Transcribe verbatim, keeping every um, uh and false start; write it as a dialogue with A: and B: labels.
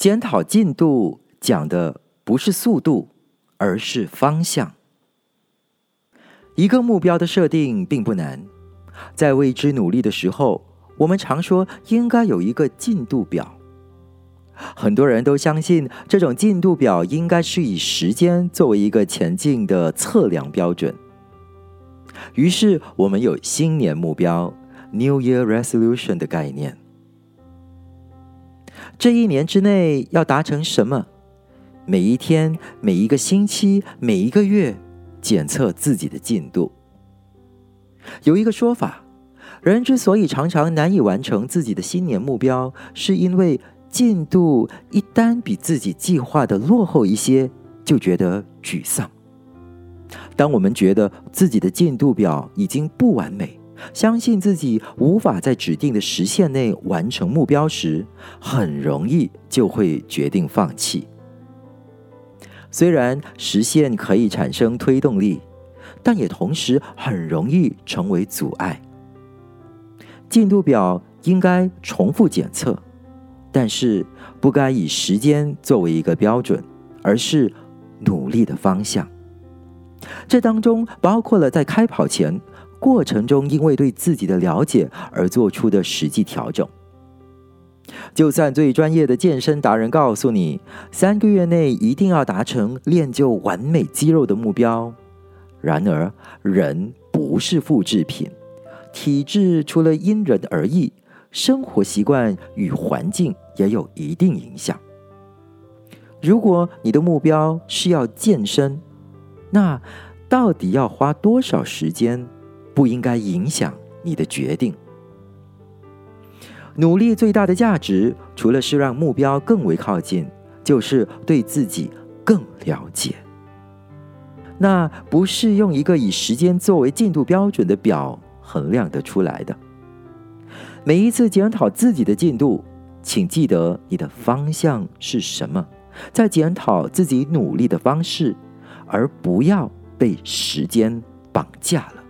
A: 检讨进度讲的不是速度，而是方向。一个目标的设定并不难，在为之努力的时候，我们常说应该有一个进度表。很多人都相信这种进度表应该是以时间作为一个前进的测量标准。于是我们有新年目标 New Year Resolution 的概念。这一年之内要达成什么？每一天、每一个星期、每一个月检测自己的进度。有一个说法，人之所以常常难以完成自己的新年目标，是因为进度一旦比自己计划的落后一些，就觉得沮丧。当我们觉得自己的进度表已经不完美，相信自己无法在指定的时限内完成目标时，很容易就会决定放弃。虽然实现可以产生推动力，但也同时很容易成为阻碍。进度表应该重复检测，但是不该以时间作为一个标准，而是努力的方向。这当中包括了在开跑前过程中因为对自己的了解而做出的实际调整。就算最专业的健身达人告诉你，三个月内一定要达成练就完美肌肉的目标，然而人不是复制品，体质除了因人而异，生活习惯与环境也有一定影响。如果你的目标是要健身，那到底要花多少时间，不应该影响你的决定。努力最大的价值，除了是让目标更为靠近，就是对自己更了解。那不是用一个以时间作为进度标准的表衡量得出来的。每一次检讨自己的进度，请记得你的方向是什么，再检讨自己努力的方式，而不要被时间绑架了。